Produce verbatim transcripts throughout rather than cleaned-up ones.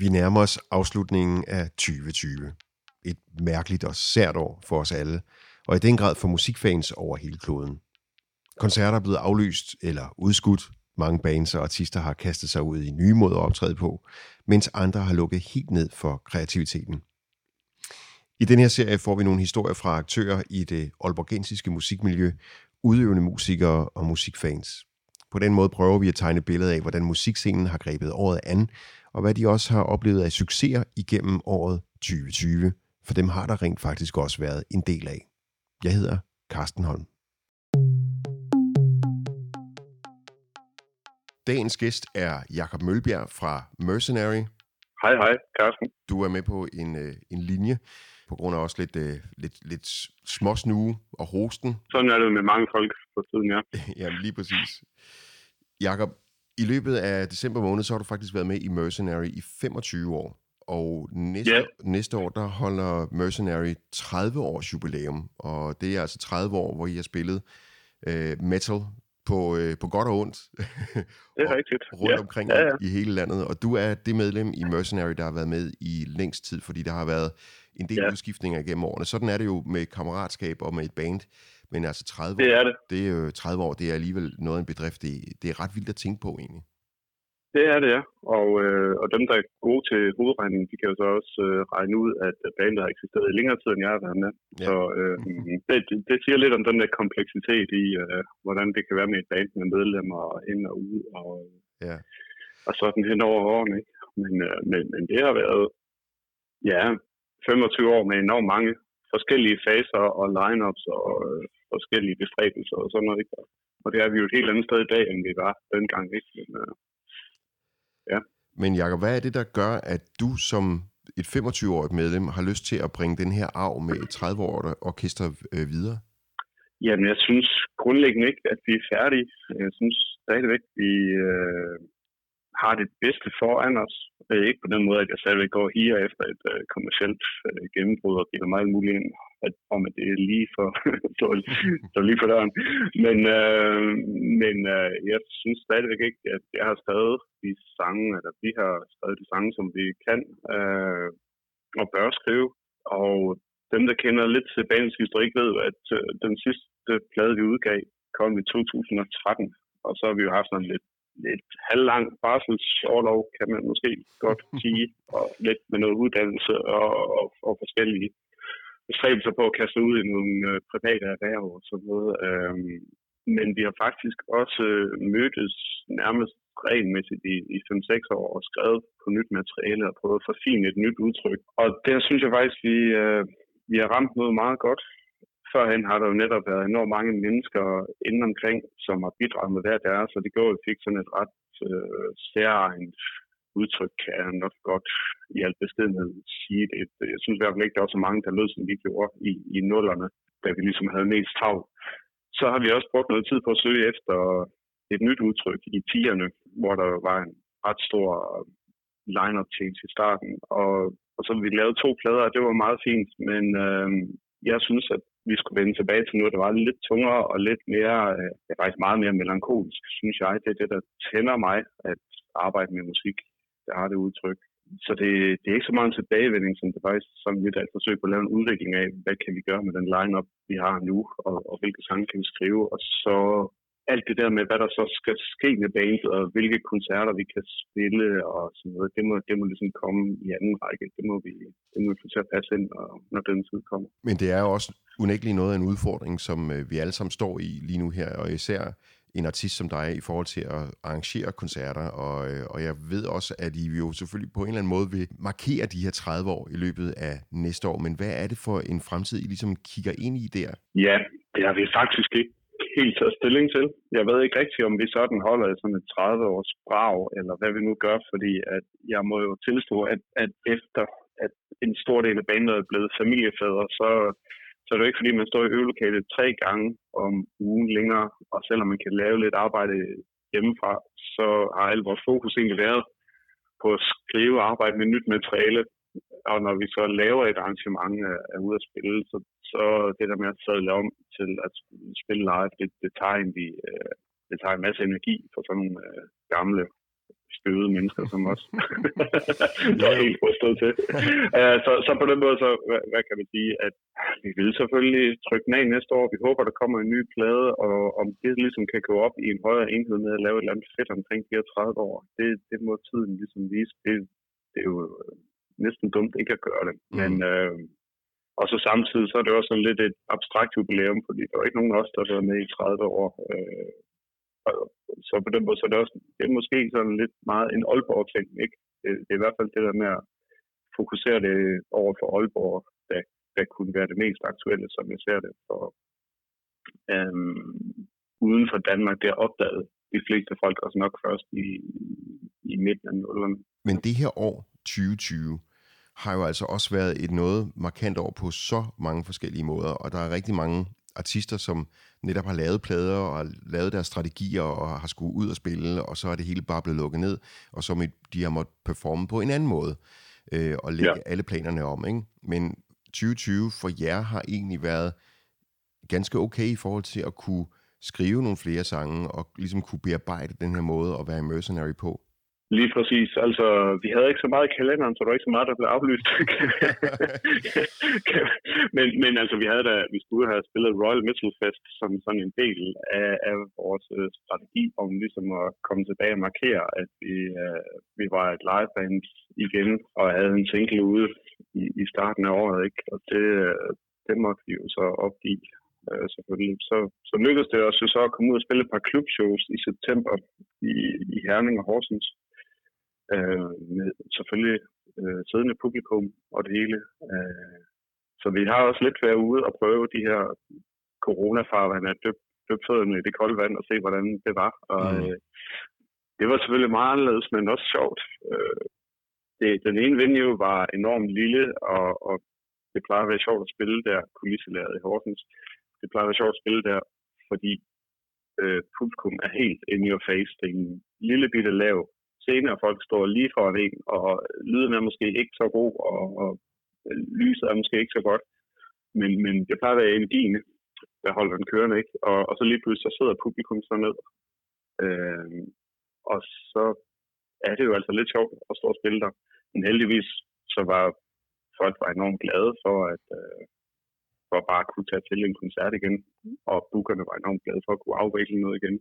Vi nærmer os afslutningen af tyve tyve. Et mærkeligt og sært år for os alle, og i den grad for musikfans over hele kloden. Koncerter er blevet aflyst eller udskudt. Mange bands og artister har kastet sig ud i nye måder at optræde på, mens andre har lukket helt ned for kreativiteten. I den her serie får vi nogle historier fra aktører i det aalborgensiske musikmiljø, udøvende musikere og musikfans. På den måde prøver vi at tegne et billede af, hvordan musikscenen har grebet året an, og hvad de også har oplevet af succeser igennem året tyve tyve, for dem har der rent faktisk også været en del af. Jeg hedder Carsten Holm. Dagens gæst er Jakob Mølbjerg fra Mercenary. Hej, hej, Carsten. Du er med på en, en linje, på grund af også lidt, lidt, lidt småsnue og hosten. Sådan er det med mange folk på tiden, ja. Jamen lige præcis. Jakob, i løbet af december måned, så har du faktisk været med i Mercenary i femogtyve år. Og næste, yeah. næste år, der holder Mercenary tredive års jubilæum. Og det er altså tredive år, hvor I har spillet øh, metal på, øh, på godt og ondt. Det er rigtigt. Rundt ja. omkring ja, ja. i hele landet. Og du er det medlem i Mercenary, der har været med i længst tid, fordi der har været en del ja. udskiftninger igennem årene. Sådan er det jo med kammeratskab og med et band. Men altså tredive det er år, det. det er jo tredive år, det er alligevel noget af en bedrift. Det, det er ret vildt at tænke på, egentlig. Det er det, ja. Og, øh, og dem, der er gode til hovedregningen, de kan jo så også øh, regne ud, at bandet har eksisteret i længere tid, end jeg har været med. Ja. Så øh, det, det siger lidt om den der kompleksitet i, øh, hvordan det kan være med et band med medlemmer ind og ud, og, ja. og sådan hen over årene. Ikke? Men, øh, men, men det har været, ja, femogtyve år med enormt mange forskellige faser og line-ups og øh, forskellige bestræbelser og sådan noget. Ikke? Og det er vi jo et helt andet sted i dag, end vi var dengang. Ikke? Men, øh, ja. Men Jakob, hvad er det, der gør, at du som et femogtyve-årigt medlem har lyst til at bringe den her arv med et tredive-årigt orkester øh, videre? Jamen, jeg synes grundlæggende ikke, at vi er færdige. Jeg synes stadigvæk, at vi øh, har det bedste foran os. Ikke på den måde, at jeg stadigvæk går her efter et øh, kommercielt øh, gennembrud og giver meget muligt ind, at, om at det er lige for, så, så lige for døren. Men, øh, men øh, jeg synes stadigvæk ikke, at jeg har skrevet de sange, eller vi har skrevet de sange, som vi kan øh, og bør skrive. Og dem, der kender lidt til bandets historik, ved, at øh, den sidste plade, vi udgav, kom i to tusind og tretten. Og så har vi jo haft sådan lidt lidt halvlang barselsorlov, kan man måske godt sige, og lidt med noget uddannelse og, og, og forskellige bestræbelser på at kaste ud i nogle øh, private erhverv og sådan noget. Øhm, men vi har faktisk også mødtes nærmest regelmæssigt i, i fem seks år og skrevet på nyt materiale og prøvet at forfine et nyt udtryk. Og der synes jeg faktisk, vi, øh, vi har ramt noget meget godt. Førhen har der jo netop været enormt mange mennesker inden omkring, som har bidraget med hver deres, så det går jo fik sådan et ret øh, særligt udtryk, kan jeg nok godt i al beskedenhed sige det. Jeg synes i hvert fald ikke, der var så mange, der lød, som vi gjorde i, i nullerne, da vi ligesom havde mest travlt. Så har vi også brugt noget tid på at søge efter et nyt udtryk i tierne, hvor der var en ret stor line-up change i starten. Og, og så vi lavede to plader, og det var meget fint, men øh, jeg synes, at vi skulle vende tilbage til noget, der var lidt tungere og lidt mere, øh, faktisk meget mere melankolisk, synes jeg. Det er det, der tænder mig at arbejde med musik. Det har det udtryk. Så det, det er ikke så meget en tilbagevending, som det faktisk sådan lidt at forsøge på at lave en udvikling af, hvad kan vi gøre med den line-up, vi har nu, og, og hvilke sange kan vi skrive. Og så alt det der med, hvad der så skal ske med bandet, og hvilke koncerter vi kan spille, og sådan noget, det må, det må ligesom komme i anden række. Det må vi, det må vi få til at passe ind, når den tid kommer. Men det er jo også unægteligt noget af en udfordring, som vi alle sammen står i lige nu her, og især en artist som dig i forhold til at arrangere koncerter, og, og jeg ved også, at I jo selvfølgelig på en eller anden måde vil markere de her tredive år i løbet af næste år, men hvad er det for en fremtid, I ligesom kigger ind i der? Ja, det har vi faktisk ikke helt taget stilling til. Jeg ved ikke rigtigt, om vi sådan holder sådan et tredive års brag, eller hvad vi nu gør, fordi at jeg må jo tilstå, at, at efter at en stor del af bandet er blevet familiefædre, så Så er det ikke, fordi man står i øvelokalet tre gange om ugen længere, og selvom man kan lave lidt arbejde hjemmefra, så har alt vores fokus egentlig været på at skrive og arbejde med nyt materiale. Og når vi så laver et arrangement af ude at spille, så, så det der med at sadle om til at spille live, det, det, tager egentlig, det tager en masse energi for sådan nogle gamle støvede mennesker som os. Der er helt rystet til. uh, så, så på den måde, så, hvad, hvad kan man sige, at vi vil selvfølgelig trykke den af næste år. Vi håber, der kommer en ny plade, og om det ligesom kan gå op i en højere enhed med at lave et eller andet fedt omkring de her tredive år, det, det må tiden ligesom vise. Det, det er jo næsten dumt ikke at gøre det. Mm. Men, øh, og så samtidig, så er det også sådan lidt et abstrakt jubilæum, fordi der er ikke nogen af os, der har været med i tredive år. Øh, så på den måde, så er det også, det er måske sådan lidt meget en Aalborg-ting, ikke? Det, det er i hvert fald det der med at fokusere det over for Aalborg, der, der kunne være det mest aktuelle, som jeg ser det. For, øhm, uden for Danmark, det er opdaget de fleste folk også nok først i, i midten af nullerne. Men det her år, tyve tyve, har jo altså også været et noget markant år på så mange forskellige måder, og der er rigtig mange artister, som netop har lavet plader og har lavet deres strategier og har skulle ud og spille, og så er det hele bare blevet lukket ned, og så de har måttet performe på en anden måde øh, og lægge ja. alle planerne om. Ikke? Men tyve tyve for jer har egentlig været ganske okay i forhold til at kunne skrive nogle flere sange og ligesom kunne bearbejde den her måde at være mercenary på. Lige præcis. Altså, vi havde ikke så meget i kalenderen, så der var ikke så meget, der blev aflyst. men, men altså, vi havde da, vi skulle have spillet Royal Metal Fest som sådan en del af, af vores uh, strategi om ligesom at komme tilbage og markere, at vi, uh, vi var et liveband igen og havde en single ude i, i starten af året, ikke? Og det, uh, det måtte vi jo så opgive. Uh, selvfølgelig. Så, så lykkedes det os jo så at komme ud og spille et par klubshows i september i, i Herning og Horsens. Uh, med selvfølgelig uh, siddende publikum og det hele. Uh, så vi har også lidt været ude og prøve de her coronafarvand at døbe døb fødderne i det kolde vand og se, hvordan det var. Og mm. uh, det var selvfølgelig meget anderledes, men også sjovt. Uh, det, den ene venue var enormt lille, og, og det plejer at være sjovt at spille der, kulisselæret i Horsens. Det plejer at være sjovt at spille der, fordi uh, publikum er helt in your face. Det er en lille bitte lav scene, og folk står lige foran en, og lyden er måske ikke så god, og, og lyset er måske ikke så godt, men, men det plejer at være energien, der holder den kørende, ikke? Og, og så lige pludselig så sidder publikum så ned. Øh, og så er det jo altså lidt sjovt at stå og spille der. Men heldigvis så var folk var enormt glade for at øh, for at bare kunne tage til en koncert igen, og bookerne var enormt glade for at kunne afvikle noget igen.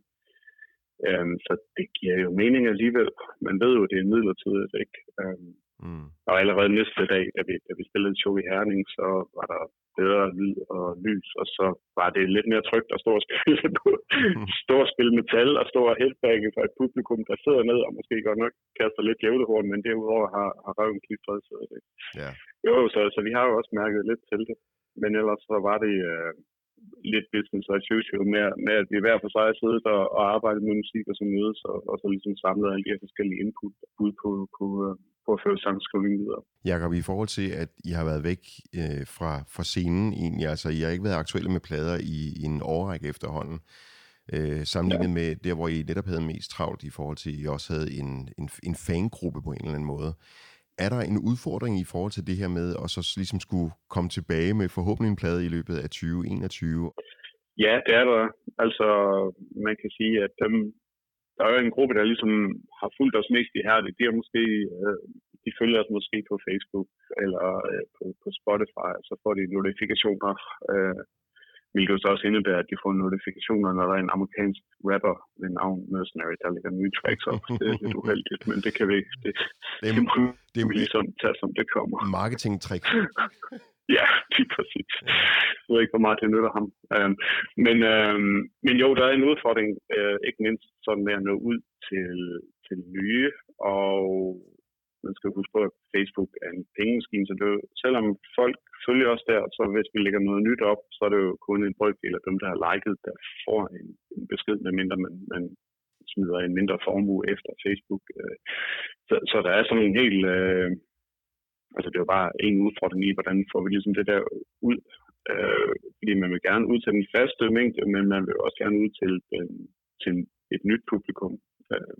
Um, så det giver jo mening alligevel. Man ved jo, det er midlertidigt, ikke? Um, mm. Og allerede næste dag, da vi, da vi spillede et show i Herning, så var der bedre lyd og lys, og så var det lidt mere trygt at stå og spille på, mm. stå og spille metal og stå og headbange for et publikum, der sidder ned og måske godt nok kaster lidt djævlehorn, men derudover har, har røven klistret sig. Yeah. Jo, så, så vi har jo også mærket lidt til det. Men ellers så var det uh, lidt business as usual med, med, at vi hver for sig siddet og, og arbejdet med musik og så mødes, og, og så ligesom samlet alle de her forskellige input ud på, på, på at føre sangskrivning videre. Jakob, i forhold til, at I har været væk øh, fra, fra scenen egentlig, altså I har ikke været aktuelle med plader i, i en årrække efterhånden, øh, sammenlignet ja. med der, hvor I netop havde mest travlt i forhold til, at I også havde en, en, en fangruppe på en eller anden måde. Er der en udfordring i forhold til det her med at så ligesom skulle komme tilbage med forhåbentlig en plade i løbet af tyve enogtyve? Ja, det er der. Altså, man kan sige, at dem, der er jo en gruppe, der ligesom har fulgt os mest ihærdigt. De, er måske, de følger os måske på Facebook eller på, på Spotify, så får de notifikationer. Hvilket så også indebærer, at de får notifikationer, når der er en amerikansk rapper med navn Mercenary, der lægger nye tracks op. Det er lidt uheldigt, men det kan vi ikke. Det, det, det, må det må vi ligesom tage, som det kommer. Marketing-trick. Ja, lige præcis. Jeg ved ikke, hvor meget det nytter ham. Um, men, um, men jo, der er en udfordring, uh, ikke mindst sådan med at nå ud til, til nye, og man skal huske på, at Facebook er en pengemaskine, så det er jo, selvom folk følger os der, så hvis vi lægger noget nyt op, så er det jo kun en brøkdel af dem, der har liket, der får en, en besked, medmindre man, man smider en mindre formue efter Facebook. Så, så der er sådan en helt, øh, altså det er jo bare en udfordring i, hvordan får vi ligesom det der ud, øh, fordi man vil gerne ud til den faste mængde, men man vil også gerne ud til, den, til et nyt publikum. Øh,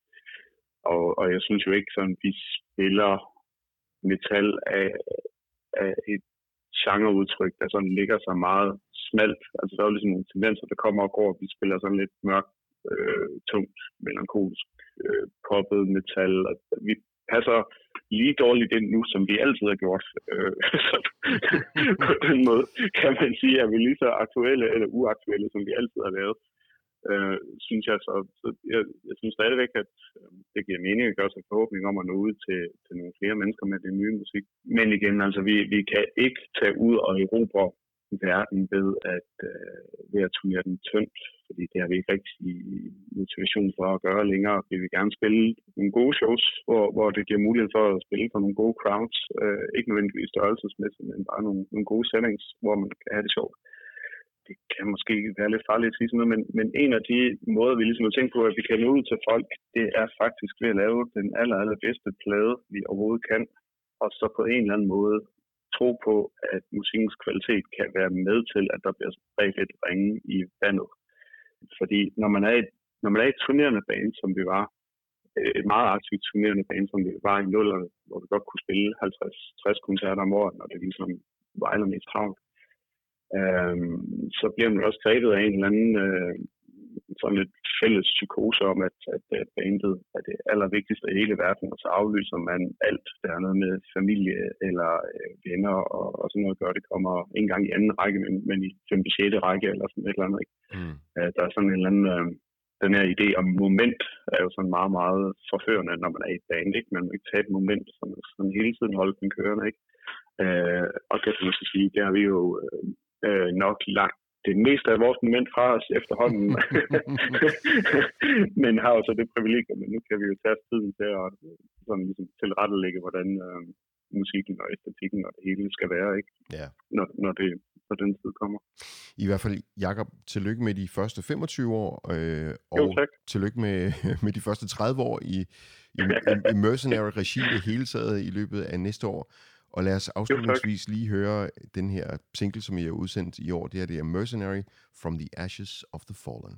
Og, og jeg synes jo ikke, sådan, vi spiller metal af, af et genreudtryk, der sådan ligger så meget smalt. Altså der er jo ligesom nogle tendenser, der kommer og går. Vi spiller sådan lidt mørkt, øh, tungt, melankolsk øh, poppet metal. Og vi passer lige dårligt ind nu, som vi altid har gjort. Øh, så på den måde kan man sige, at vi er lige så aktuelle eller uaktuelle, som vi altid har været. Øh, synes jeg så. så jeg, jeg synes stadigvæk, at øh, det giver mening at gøre sig forhåbning om at nå ud til, til nogle flere mennesker med det nye musik. Men igen, altså vi, vi kan ikke tage ud og erobre verden ved at, øh, ved at turnere den tyndt, fordi det har vi ikke rigtig motivation for at gøre længere. Vi vil gerne spille nogle gode shows, hvor, hvor det giver mulighed for at spille for nogle gode crowds, øh, ikke nødvendigvis størrelsesmæssigt, men bare nogle, nogle gode settings, hvor man kan have det sjovt. Det kan måske være lidt farligt at sige sådan noget, men, men en af de måder, vi ligesom har tænkt på, at vi kan nå ud til folk, det er faktisk ved at lave den aller, allerbedste plade, vi overhovedet kan, og så på en eller anden måde tro på, at musikkens kvalitet kan være med til, at der bliver spredt lidt ringe i vandet. Fordi når man er et, når man er et turnerende band, som vi var, et meget aktivt turnerende band, som vi var i nullerne, hvor vi godt kunne spille halvtreds til tres koncerter om året, når det ligesom var allermest travlt, øhm, så bliver man også grebet af en eller anden øh, sådan lidt fælles psykose om, at, at, at bandet er det allervigtigste i hele verden, og så aflyser man alt, der er noget med familie eller øh, venner og, og sådan noget gør. Det kommer ikke engang i anden række, men, men i femte sjette række eller sådan et eller andet. Ikke? Mm. Øh, der er sådan en eller anden, øh, den her idé om moment er jo sådan meget, meget forførende, når man er i et band. Ikke? Man må ikke tage et moment, som sådan hele tiden holder den kørende. Ikke? Øh, og det kan man så sige, det har vi jo øh, nok lagt det meste af vores moment fra os efterhånden, men har jo så det privilegium, men nu kan vi jo tage tiden til at sådan ligesom tilrettelægge, hvordan øh, musikken og æstetikken og det hele skal være, ikke? Ja. Når, når, det, når den tid kommer. I hvert fald, Jakob, tillykke med de første femogtyve år, øh, og jo, tillykke med, med de første tredive år i, i, i, i Mercenary-regi det hele taget i løbet af næste år. Og lad os afslutningsvis lige høre den her single, som I har udsendt i år. Det her, det er Mercenary from the Ashes of the Fallen.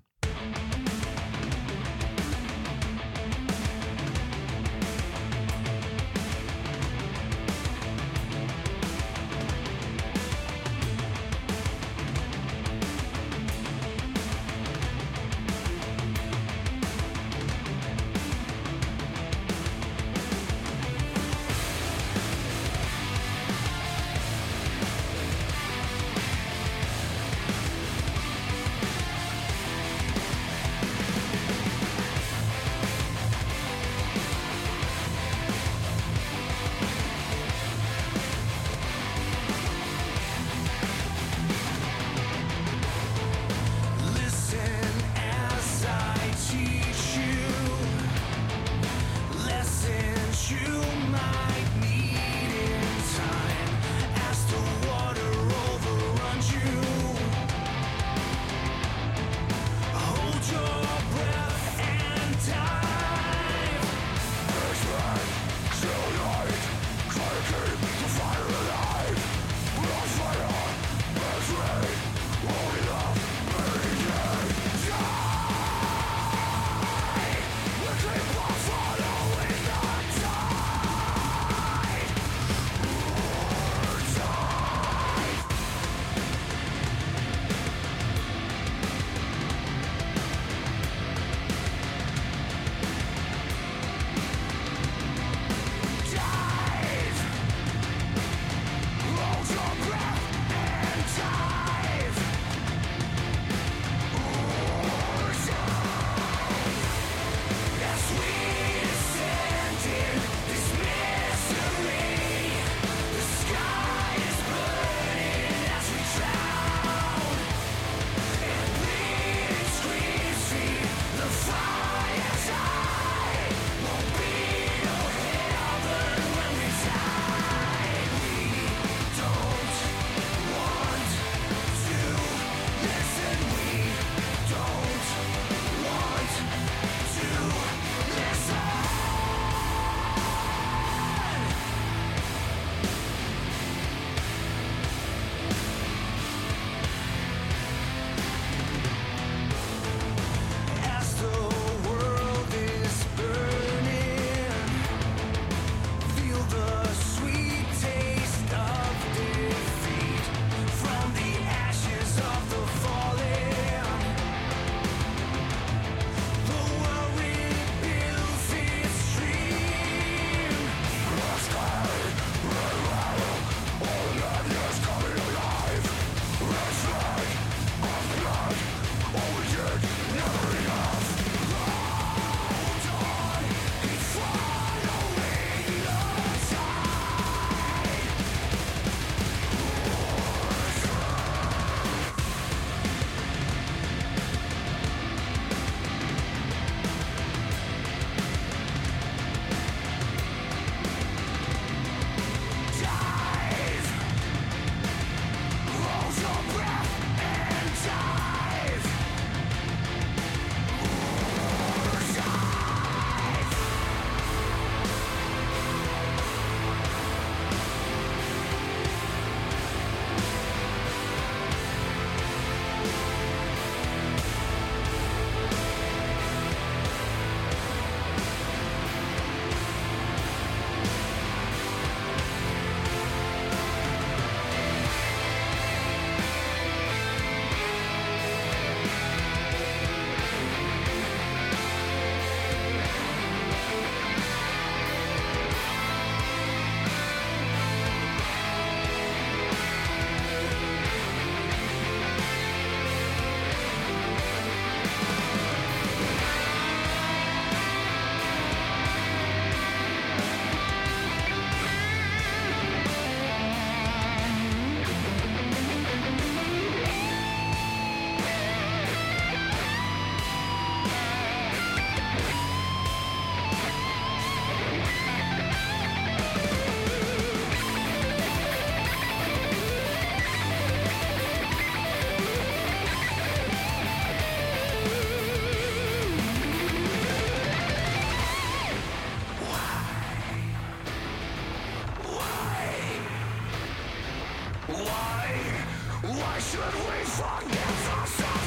should we forgive ourselves?